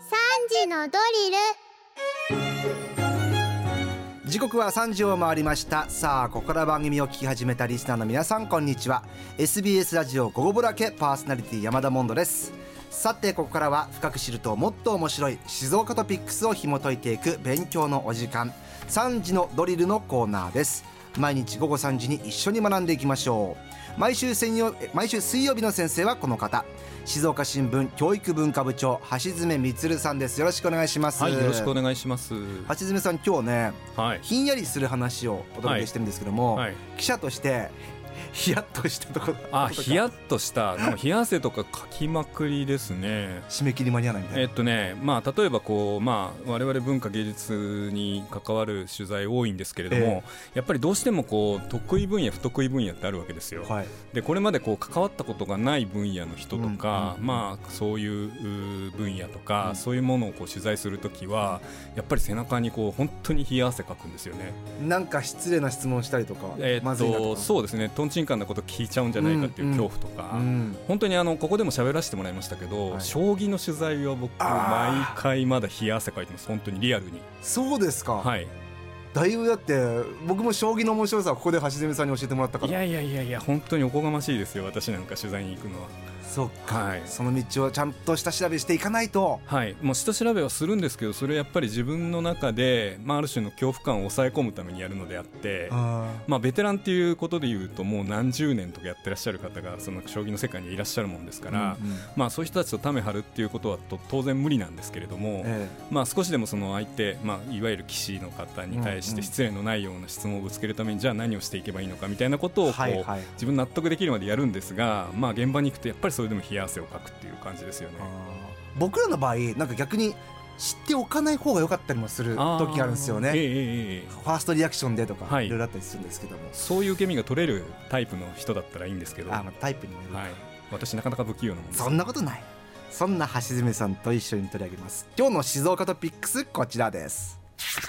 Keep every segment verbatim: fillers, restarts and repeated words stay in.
さんじのドリル。 時刻はさんじを回りました。さあここから番組を聞き始めたリスナーの皆さん、こんにちは。 エスビーエス ラジオ午後ぼらけパーソナリティ山田モンドです。さてここからは深く知るともっと面白い静岡トピックスを紐解いていく勉強のお時間、さんじのドリルのコーナーです。毎日午後さんじに一緒に学んでいきましょう。毎週水曜、毎週水曜日の先生はこの方、静岡新聞教育文化部長橋爪充さんです。よろしくお願いします。 はい、よろしくお願いします。 橋爪さん、今日ね、はい、ひんやりする話をお届けしてるんですけども、はいはい、記者としてヒヤッとしたところ、 あ、ヒヤッとしたなんか冷や汗とかかきまくりですね。 締め切り間に合わないみたいな。 えっとね、まあ、例えばこう、まあ、我々文化芸術に関わる取材多いんですけれども、えー、やっぱりどうしてもこう得意分野不得意分野ってあるわけですよ、はい、でこれまでこう関わったことがない分野の人とか、うんうん、まあ、そういう分野とか、うん、そういうものをこう取材するときはやっぱり背中にこう本当に冷や汗かくんですよね。 なんか失礼な質問したりとか、 えー、っとまずいなとか、 そうですね、トンチンカンなこと聞いちゃうんじゃないかっていう恐怖とか、うんうん、本当にあのここでも喋らせてもらいましたけど、はい、将棋の取材は僕毎回まだ冷や汗かいてます。本当にリアルに。 そうですか。 はい。 だいぶだって僕も将棋の面白さはここで橋爪さんに教えてもらったから。 いやいやいやいや、本当におこがましいですよ、私なんか取材に行くのは。 そっか、はい、その道をちゃんと下調べしていかないと。 はい、もう下調べはするんですけど、それはやっぱり自分の中で、まあ、ある種の恐怖感を抑え込むためにやるのであって、あ、まあ、ベテランっていうことでいうともう何十年とかやってらっしゃる方がその将棋の世界にいらっしゃるもんですから、うんうん、まあ、そういう人たちとため張るっていうことはと当然無理なんですけれども、ええ、まあ、少しでもその相手、まあ、いわゆる棋士の方に対して失礼のないような質問をぶつけるために、じゃあ何をしていけばいいのかみたいなことをこう、はいはい、自分納得できるまでやるんですが、まあ、現場に行くとやっぱりそれでも冷や汗をかくっていう感じですよね。あ、 僕らの場合なんか逆に知っておかない方が良かったりもする時があるんですよね、えーえー、ファーストリアクションでとか、はい、いろいろあったりするんですけども、 そういう受け身が取れるタイプの人だったらいいんですけど、 あ、まあ、タイプにもいる、はい、 私なかなか不器用なもんです。 そんなことない。そんな橋爪さんと一緒に取り上げます今日の静岡トピックス、こちらです。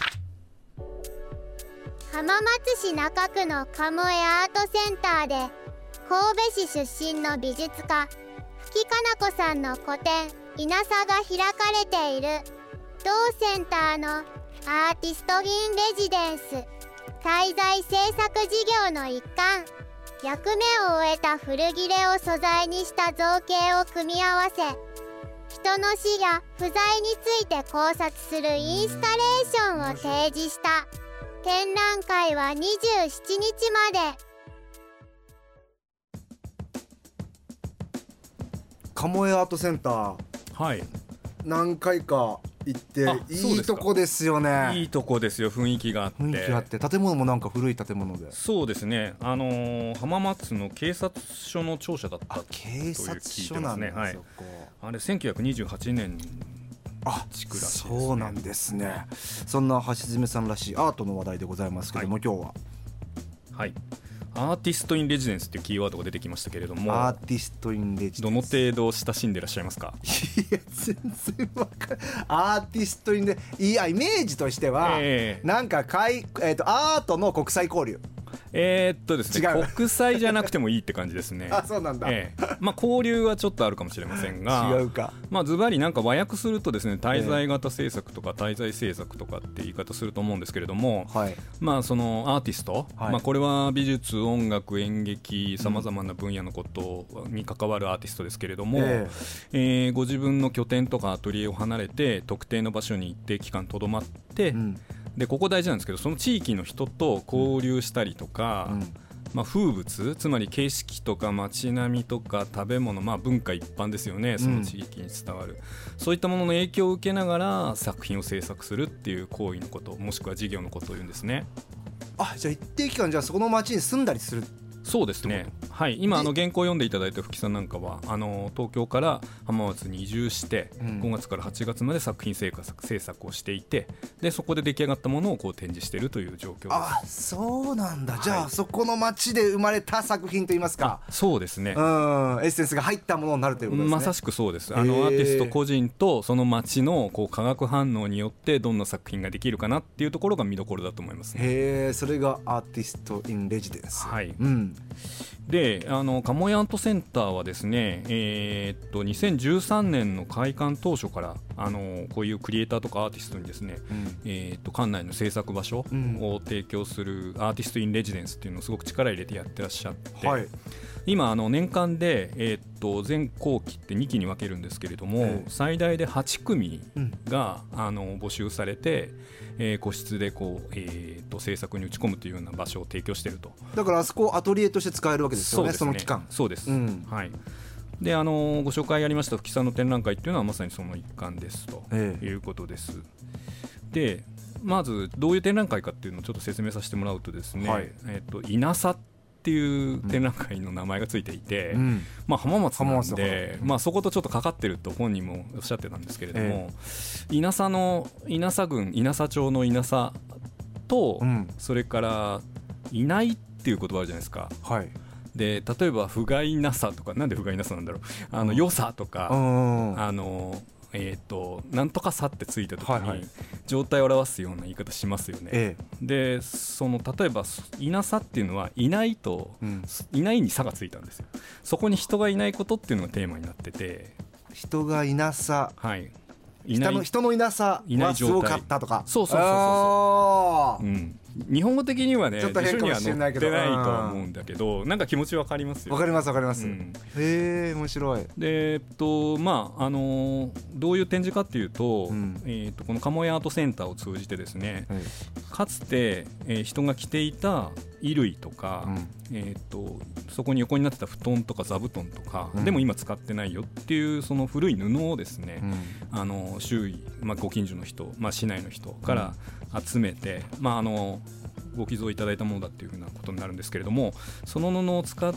浜松市中区の鴨江アートセンターで神戸市出身の美術家吹かな子さんの個展稲佐が開かれている。同センターのアーティスト・イン・レジデンス滞在制作事業の一環、役目を終えた古切れを素材にした造形を組み合わせ、人の死や不在について考察するインスタレーションを提示した展覧会はにじゅうしちにちまで。 鴨江アートセンター、はい、何回か行っていいとこですよね。 いいとこですよ、雰囲気があって。 雰囲気があって、建物もなんか古い建物で。 そうですね、あのー、浜松の警察署の庁舎だったという警察署なんですね、はい、 あれせんきゅうひゃくにじゅうはちねん築らしいですね。 そうなんですね。そんな橋爪さんらしいアートの話題でございますけども、はい、今日ははいアーティスト・イン・レジデンスっていうキーワードが出てきましたけれども、 アーティスト・イン・レジデンス、 どの程度親しんでいらっしゃいますか？ いや全然わかんない。アーティスト・イン・レいやイメージとしては、えー、なんかかい、えー、とアートの国際交流、 えー、っとですね、国際じゃなくてもいいって感じですね。 あ、そうなんだ、 えーまあ、交流はちょっとあるかもしれませんが、 違うか、 まあ、ズバリなんか和訳するとですね、滞在型制作とか滞在制作とかって言い方すると思うんですけれども、はい、まあ、そのアーティスト、はい、まあ、これは美術、音楽、演劇、さまざまな分野のことに関わるアーティストですけれども、えーえー、ご自分の拠点とかアトリエを離れて特定の場所に一定期間とどまって、うん、でここ大事なんですけど、その地域の人と交流したりとか、うん、まあ、風物、つまり景色とか街並みとか食べ物、まあ、文化一般ですよね、その地域に伝わる、うん、そういったものの影響を受けながら作品を制作するっていう行為のこと、もしくは事業のことを言うんですね。 あ、じゃあ一定期間、じゃあそこの街に住んだりする。 そうですね、はい、今あの原稿を読んでいただいた吹さんなんかはあの東京から浜松に移住して、うん、ごがつからはちがつまで作品制作、制作をしていて、でそこで出来上がったものをこう展示しているという状況です。 あ、そうなんだ、はい、じゃあそこの街で生まれた作品といいますか、 そうですね、 うん、エッセンスが入ったものになるということですね。 まさしくそうです。あのアーティスト個人とその街のこう化学反応によってどんな作品ができるかなっていうところが見どころだと思いますね。 へー、それがアーティスト・イン・レジデンス、 はい、 うん、 であの鴨屋アートセンターはですね、えー、っとにせんじゅうさんねんの開館当初からあのこういうクリエイターとかアーティストにですね、うん、えー、っと館内の制作場所を提供するアーティストインレジデンスっていうのをすごく力入れてやってらっしゃって、はい、今あの年間で、えー、っと全後期ってにきに分けるんですけれども、えー、最大ではちくみが、うん、あの募集されて、えー、個室でこう、えー、と制作に打ち込むというような場所を提供していると。 だからあそこをアトリエとして使えるわけですよね、 そ, その期間。 そうです、うん、はい。であのご紹介ありました吹さんの展覧会っていうのはまさにその一環ですということです、ええ、でまずどういう展覧会かっていうのをちょっと説明させてもらうとですね、はい、えー、と稲佐っていう展覧会の名前がついていて、うん、まあ、浜松なんで、まあ、そことちょっとかかってると本人もおっしゃってたんですけれども、ええ、稲佐の稲佐郡稲佐町の稲佐と、うん、それからいないっていう言葉あるじゃないですか、はい、で例えば不甲斐なさとか、なんで不甲斐なさなんだろう、あの良さとか、あのえー、となんとかさってついた時に状態を表すような言い方しますよね、ええ、でその例えばいなさっていうのはいないと、うん、いないにさがついたんですよ。そこに人がいないことっていうのがテーマになってて、 人がいなさ、 はい、 いない人の、人のいなさはすごかったとか、 そうそうそうそう、うん、日本語的にはね辞書には載ってないと思うんだけど、なんか気持ちわかりますよ。 わかりますわかります、うん、へえ面白い。 で、えっとまああのー、どういう展示かっていうと、うん、えー、とこの鴨屋アートセンターを通じてですね、はい、かつて、えー、人が着ていた衣類とか、うん、えー、とそこに横になってた布団とか座布団とか、うん、でも今使ってないよっていうその古い布をですね、うん、あの周囲、まあ、ご近所の人、まあ、市内の人から集めて、うん、まあ、あのご寄贈いただいたものだっていうふうなことになるんですけれども、その布を使って、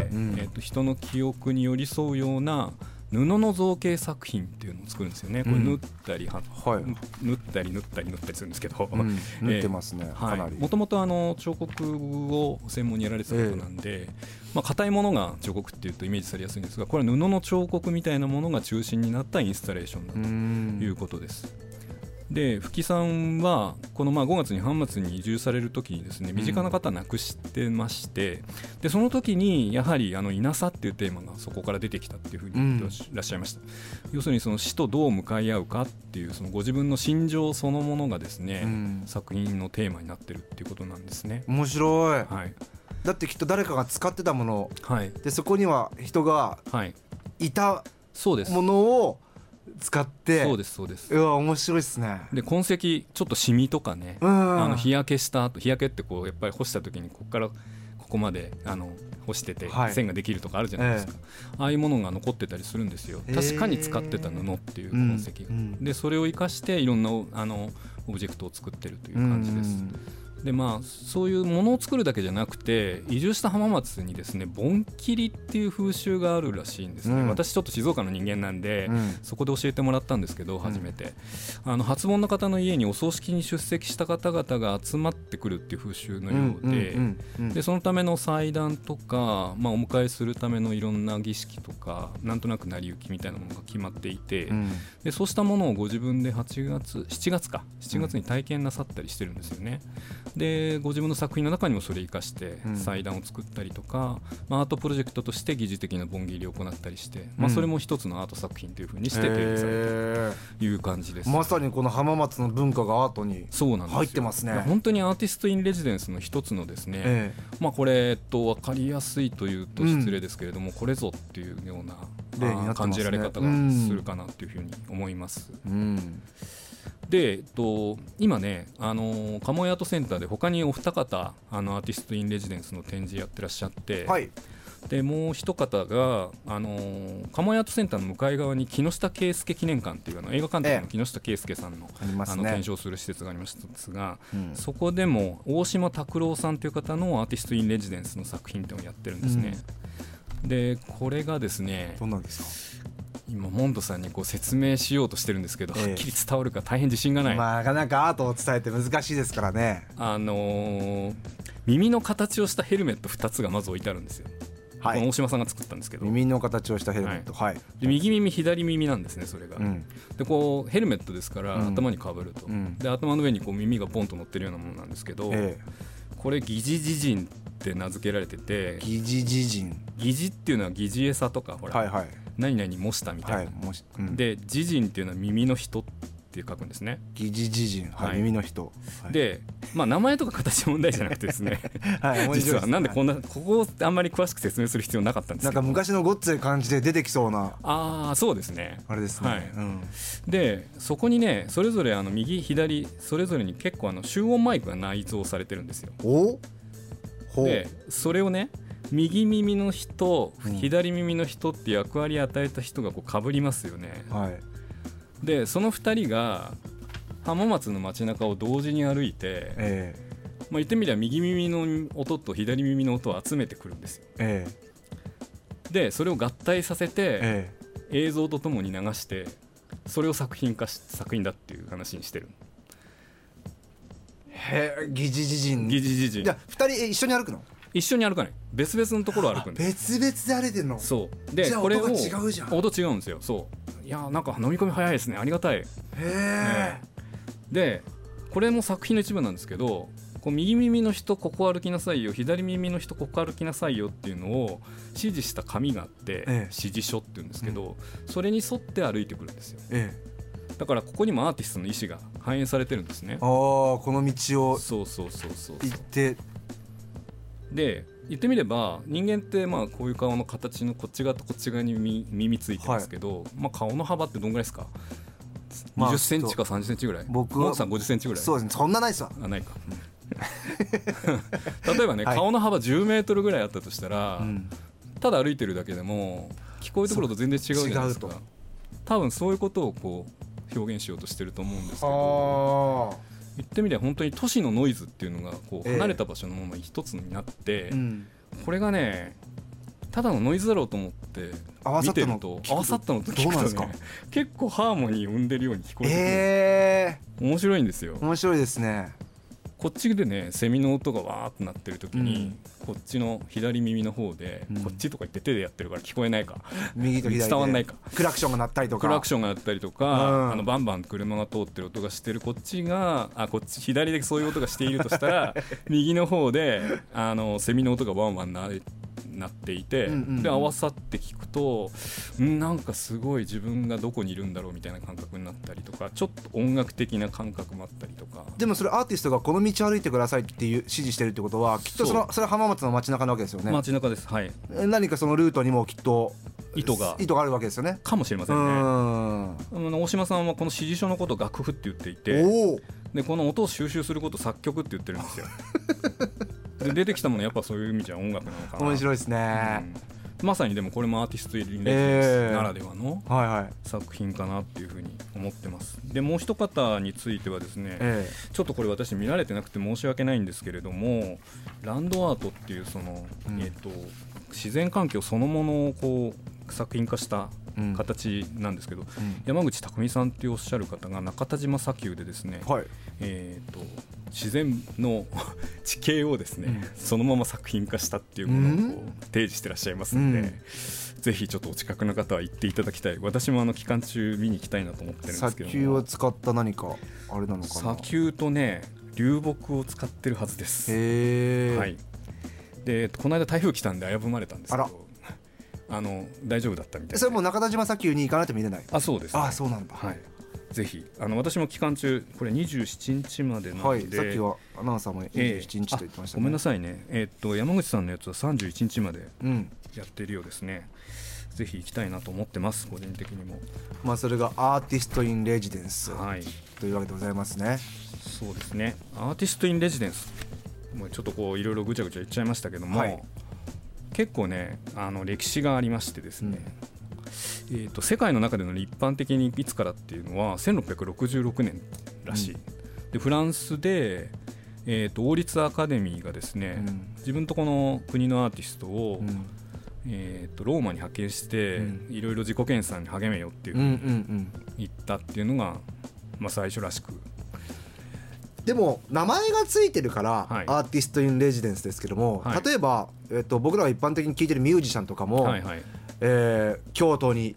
うん、えー、と人の記憶に寄り添うような布の造形作品っていうのを作るんですよね。これ縫ったり、うん、はい、縫ったり縫ったり縫ったりするんですけど、うん、 縫ってますね、えー、かなり。 もともとあの彫刻を専門にやられてたことなんで、えーまあ、硬いものが彫刻っていうとイメージされやすいんですが、これは布の彫刻みたいなものが中心になったインスタレーションだということです。で吹さんはこのまあごがつに浜松に移住される時にですね、身近な方亡くしてまして、うん、でその時にやはりあの稲佐っていうテーマがそこから出てきたっていうふうに言ってらっしゃいました、うん、要するにその死とどう向かい合うかっていうそのご自分の心情そのものがですね、うん、作品のテーマになってるっていうことなんですね。 面白い、はい、だってきっと誰かが使ってたもの、はい、でそこには人がいたものを使って、 そうですそうです。 うわ面白いですね。 で痕跡ちょっとシミとかね、あの日焼けした後、日焼けってこうやっぱり干した時にここからここまであの干してて線ができるとかあるじゃないですか、えー、ああいうものが残ってたりするんですよ。確かに使ってた布っていう痕跡が、えーうん、でそれを生かしていろんなあのオブジェクトを作ってるという感じです。うん、でまあ、そういうものを作るだけじゃなくて、移住した浜松にですね盆切りっていう風習があるらしいんですね、うん、私ちょっと静岡の人間なんで、うん、そこで教えてもらったんですけど、初めて、うん、あの初盆の方の家にお葬式に出席した方々が集まってくるっていう風習のようで、でそのための祭壇とか、まあ、お迎えするためのいろんな儀式とかなんとなく成り行きみたいなものが決まっていて、うん、でそうしたものをご自分ではちがつしちがつかしちがつに体験なさったりしてるんですよね。でご自分の作品の中にもそれを生かして祭壇を作ったりとか、うん、まあ、アートプロジェクトとして疑似的な盆切りを行ったりして、うん、まあ、それも一つのアート作品というふうにして定義されるという感じです。 まさにこの浜松の文化がアートに入ってますね。 本当にアーティストインレジデンスの一つのですね、えーまあ、これ、えっと、分かりやすいというと失礼ですけれども、うん、これぞっていうような例になってますね。感じられ方がするかなというふうに思います、うん。で、えっと、今ね、あの鴨屋アートセンターで他にお二方あのアーティストインレジデンスの展示やってらっしゃって、はい、でもう一方があの鴨屋アートセンターの向かい側に木下圭介記念館っていうあの映画監督の木下圭介さんの、ええ、あの検証する施設がありますが、うん、そこでも大島拓郎さんという方のアーティストインレジデンスの作品っていうのをやってるんですね、うん、でこれがですね、 どんなんですか？ 今モンドさんにこう説明しようとしてるんですけど、ええ、はっきり伝わるか大変自信がない、 まあ、なかなかアートを伝えて難しいですからね。 あのー、耳の形をしたヘルメットふたつがまず置いてあるんですよ、はい、この大島さんが作ったんですけど、 耳の形をしたヘルメット、はいはい、 で右耳左耳なんですね、それが、うん、でこうヘルメットですから、うん、頭にかぶると、うん、で頭の上にこう耳がポンと乗ってるようなものなんですけど、ええ、 これ疑似自陣って名付けられてて、 疑似自陣、 疑似っていうのは疑似餌とかほら、 はいはい、 何々模したみたいな、はい、もし、うん、で自陣っていうのは耳の人って書くんですね。 疑似自陣、はいはい、耳の人、 はい、で、まあ、名前とか形問題じゃなくてですね、はい、実はなんでこんな、ここをあんまり詳しく説明する必要なかったんですけど、 なんか昔のごっつい感じで出てきそうな、 ああそうですね、 あれですね、 はい、うん、でそこにねそれぞれあの右左それぞれに結構あの集音マイクが内蔵されてるんですよ。 おほう。 でそれをね右耳の人、うん、左耳の人って役割を与えた人がこう被りますよね、 はい、 でそのふたりが浜松の街中を同時に歩いて、 えーまあ、言ってみれば右耳の音と左耳の音を集めてくるんですよ、 えー、でそれを合体させて、 えー、映像とともに流してそれを作品化し作品だっていう話にしてる。 へえ、疑似自陣、 疑似自陣。 じゃあふたり一緒に歩くの？ 一緒に歩かない、別々のところを歩くんです。 別々で歩いてるの？ そうで、 じゃあこれを音が違うじゃん。 音違うんですよ。そういやなんか飲み込み早いですね、ありがたい。へえ、 でこれも作品の一部なんですけど、こう右耳の人ここ歩きなさいよ、左耳の人ここ歩きなさいよっていうのを指示した紙があって、ええ、指示書っていうんですけど、うん、それに沿って歩いてくるんですよ、ええ、だからここにもアーティストの意思が反映されてるんですね。 ああ、この道をそうそうそうそう行って、 で言ってみれば人間ってまあこういう顔の形のこっち側とこっち側に 耳, 耳ついてますけど、はい、まあ、顔の幅ってどんぐらいですか？にじゅっセンチかさんじゅっセンチぐらい。 僕はさんごじゅっセンチぐらい。 そうですね、そんなないっすわ。 あ、ないか例えばね、はい、顔の幅じゅうメートルぐらいあったとしたら、うん、ただ歩いてるだけでも聞こえるところと全然違うじゃないですか。多分そういうことをこう表現しようとしてると思うんですけど、言ってみれば本当に都市のノイズっていうのがこう離れた場所のまま一つになって、えーうん、これがねただのノイズだろうと思って見てると合わさったのと聞くとね、結構ハーモニーを生んでるように聞こえてくる、えー、面白いんですよ。 面白いですね。 こっちでねセミの音がわーっと鳴ってる時に、うん、こっちの左耳の方で、うん、こっちとか言って手でやってるから聞こえないか、 右と左で伝わんないか、 クラクションが鳴ったりとかクラクションが鳴ったりとか、うん、あのバンバン車が通ってる音がしてるこっちがあこっち左でそういう音がしているとしたら右の方であのセミの音がワンワン鳴なっていて、うんうんうん、で合わさって聞くとんなんかすごい自分がどこにいるんだろうみたいな感覚になったりとか、ちょっと音楽的な感覚もあったりとか。 でもそれアーティストがこの道歩いてくださいっていう指示してるってことはきっとそのそれは浜松の街中なわけですよね。 街中です、はい。 何かそのルートにもきっと意図が意図があるわけですよね。 かもしれませんね。うん、大島さんはこの指示書のことを楽譜って言っていて、 おでこの音を収集することを作曲って言ってるんですよで出てきたものはやっぱそういう意味じゃ音楽なのかな。 面白いですね、 うん、まさにでもこれもアーティストインレジデンスならではのはい作品かなっていうふうに思ってます。でもう一方についてはですね、えー、ちょっとこれ私見られてなくて申し訳ないんですけれども、ランドアートっていうその、うんえー、と自然環境そのものをこう作品化した形なんですけど、うん、山口匠さんっていうおっしゃる方が中田島砂丘でですね、 はいえー、と自然の地形をですね、うん、そのまま作品化したっていうものをこう提示してらっしゃいますので、うん、ぜひちょっとお近くの方は行っていただきたい。私もあの期間中見に行きたいなと思ってるんですけども、 砂丘を使った何かあれなのかな。 砂丘とね流木を使ってるはずです。 へー、 はい、でこの間台風来たんで危ぶまれたんですけど、あの大丈夫だったみたいな。 それもう中田島砂丘に行かないと見れない。 あ、そうです、ね、 あ、そうなんだ、 はい。ぜひあの私も期間中これにじゅうしちにちまでなので、 はい、さっきはアナウンサーもにじゅうしちにちと言ってましたね、 えー、ごめんなさいね、えー、っと山口さんのやつはさんじゅういちにちまでやってるようですね、うん、ぜひ行きたいなと思ってます、個人的にも。 まあそれがアーティストインレジデンス、 はい、 というわけでございますね。 そうですね、アーティストインレジデンス、もうちょっとこういろいろぐちゃぐちゃ言っちゃいましたけども、はい、結構ねあの歴史がありましてですね、うんえー、と世界の中での一般的にいつからっていうのはせんろっぴゃくろくじゅうろくねんらしい、うん、でフランスで、えー、と王立アカデミーがですね、うん、自分とこの国のアーティストを、うんえー、とローマに派遣していろいろ自己研鑽に励めよっていうふうに言ったっていうのが、まあ、最初らしく。 でも名前がついてるから、はい、アーティストインレジデンスですけども、はい、例えば、えー、と僕らが一般的に聴いてるミュージシャンとかも、はいはいえー、京都に行っ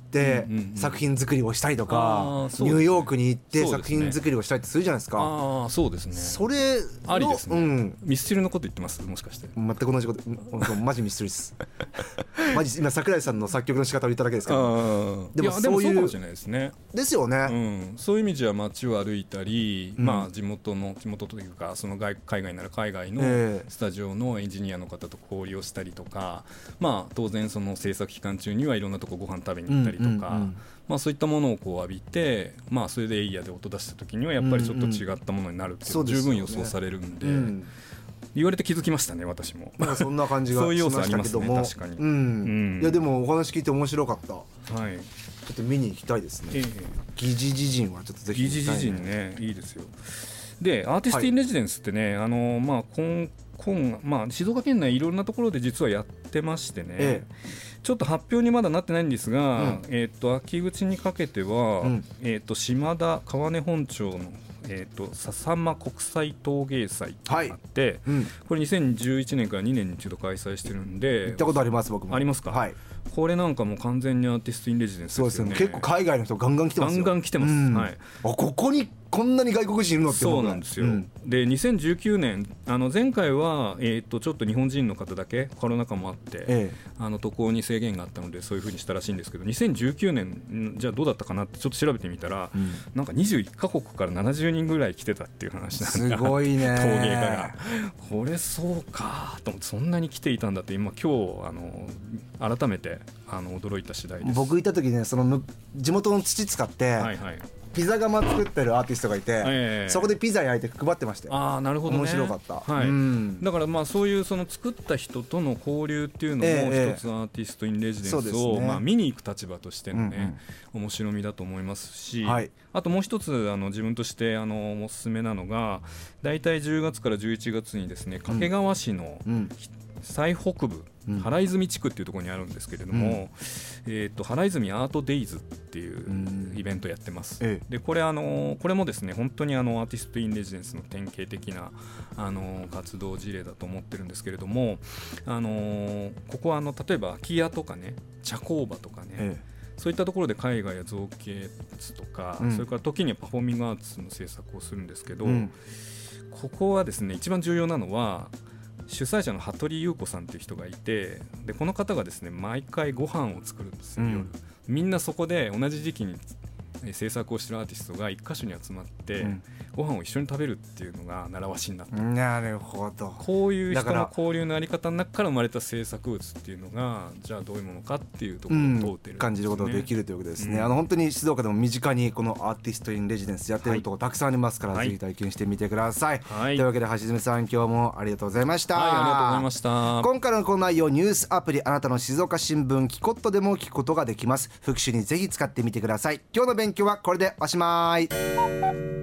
って作品作りをしたりとか、うんうんうん、ニューヨークに行って作品作りをしたりってするじゃないですか。 ああそうですね。 それありですね、うん、ミスチルのこと言ってます？もしかして全く同じことマジミスチルですマジ今桜井さんの作曲の仕方を言っただけですけど、 でもそういう、いやでもそうかもしれないですね。 ですよね、 うん、そういう意味じゃ街を歩いたり、うん、まあ地元の地元というかその外海外なら海外のスタジオのエンジニアの方と交流をしたりとか、まあ当然その制作期間中にはいろんなとこご飯食べに行ったりとか、うんうんうん、まあそういったものをこう浴びて、まあそれでエイヤで音出した時にはやっぱりちょっと違ったものになるっていうのは十分予想されるんで、うん、言われて気づきましたね私も。 なんかそんな感じがしましたけども、 そういう要素ありますね確かに、 うんうん、いやでもお話聞いて面白かった。 はい、 ちょっと見に行きたいですね、えー、疑似自陣はちょっとぜひ見たい、ね、 疑似自陣ねいいですよ。でアーティストインレジデンスってね、はい、あのまあ今今まあ静岡県内いろんなところで実はやってましてね、ええ、ちょっと発表にまだなってないんですが、うん、えー、と秋口にかけては、うん、えー、と島田川根本町のえー、と笹間国際陶芸祭があって、はい、うん、これにせんじゅういちねんからにねんに一度開催してるんで。 行ったことあります僕も。 ありますか。はい、これなんかもう完全にアーティストインレジデンスですよね。 そうですね、結構海外の人ガンガン来てますよ。 ガンガン来てます、うん、はい、 あここにこんなに外国人いるのって。 そうなんですよ、うん、でにせんじゅうきゅうねんあの前回は、えー、とちょっと日本人の方だけコロナ禍もあって、ええ、あの渡航に制限があったのでそういう風にしたらしいんですけどにせんじゅうきゅうねんじゃあどうだったかなってちょっと調べてみたら、うん、なんかにじゅういっかこくからななじゅうにんぐらい来てたっていう話なんだ。 すごいね陶芸家が。これそうかと思ってそんなに来ていたんだって今今日あの改めてあの驚いた次第です。 僕行った時ねその地元の土使って、はいはい、ピザ窯作ってるアーティストがいて、えー、そこでピザ焼いて配ってましたよ。 あーなるほど、ね、 面白かった、 はい、うん、だからまあそういうその作った人との交流っていうのも一つアーティストインレジデンスを、えーね、まあ、見に行く立場としてのね、うんうん、面白みだと思いますし、はい、あともう一つあの自分としてあのおすすめなのがだいたいじゅうがつからじゅういちがつにですね掛川市の、うんうん最北部、うん、原泉地区っていうところにあるんですけれども、うんえー、と原泉アートデイズっていうイベントやってます、うん、でこれあのこれもですね本当にあのアーティストインレジデンスの典型的なあの活動事例だと思ってるんですけれどもあのここはあの例えば空き家とかね茶工場とかね、ええそういったところで絵画や造形とか、うん、それから時にはパフォーミングアーツの制作をするんですけど、うん、ここはですね一番重要なのは主催者の羽鳥優子さんという人がいてでこの方がですね毎回ご飯を作るんですよ、うん、夜みんなそこで同じ時期に制作をしているアーティストが一箇所に集まって、うん、ご飯を一緒に食べるっていうのが習わしになってなるほどこういう人の交流のあり方の中から生まれた制作物っていうのがじゃあどういうものかっていうところを問うてるんですね、うん、 感じることができるということですね、うん、あの本当に静岡でも身近にこのアーティストインレジデンスやってるところたくさんありますから、はい、ぜひ体験してみてください、はい、というわけで橋爪さん今日もありがとうございました。 はい、ありがとうございました。 今回のこの内容ニュースアプリあなたの静岡新聞キコットでも聞くことができます。復習にぜひ使ってみてください。今日の勉強はこれでおしまい。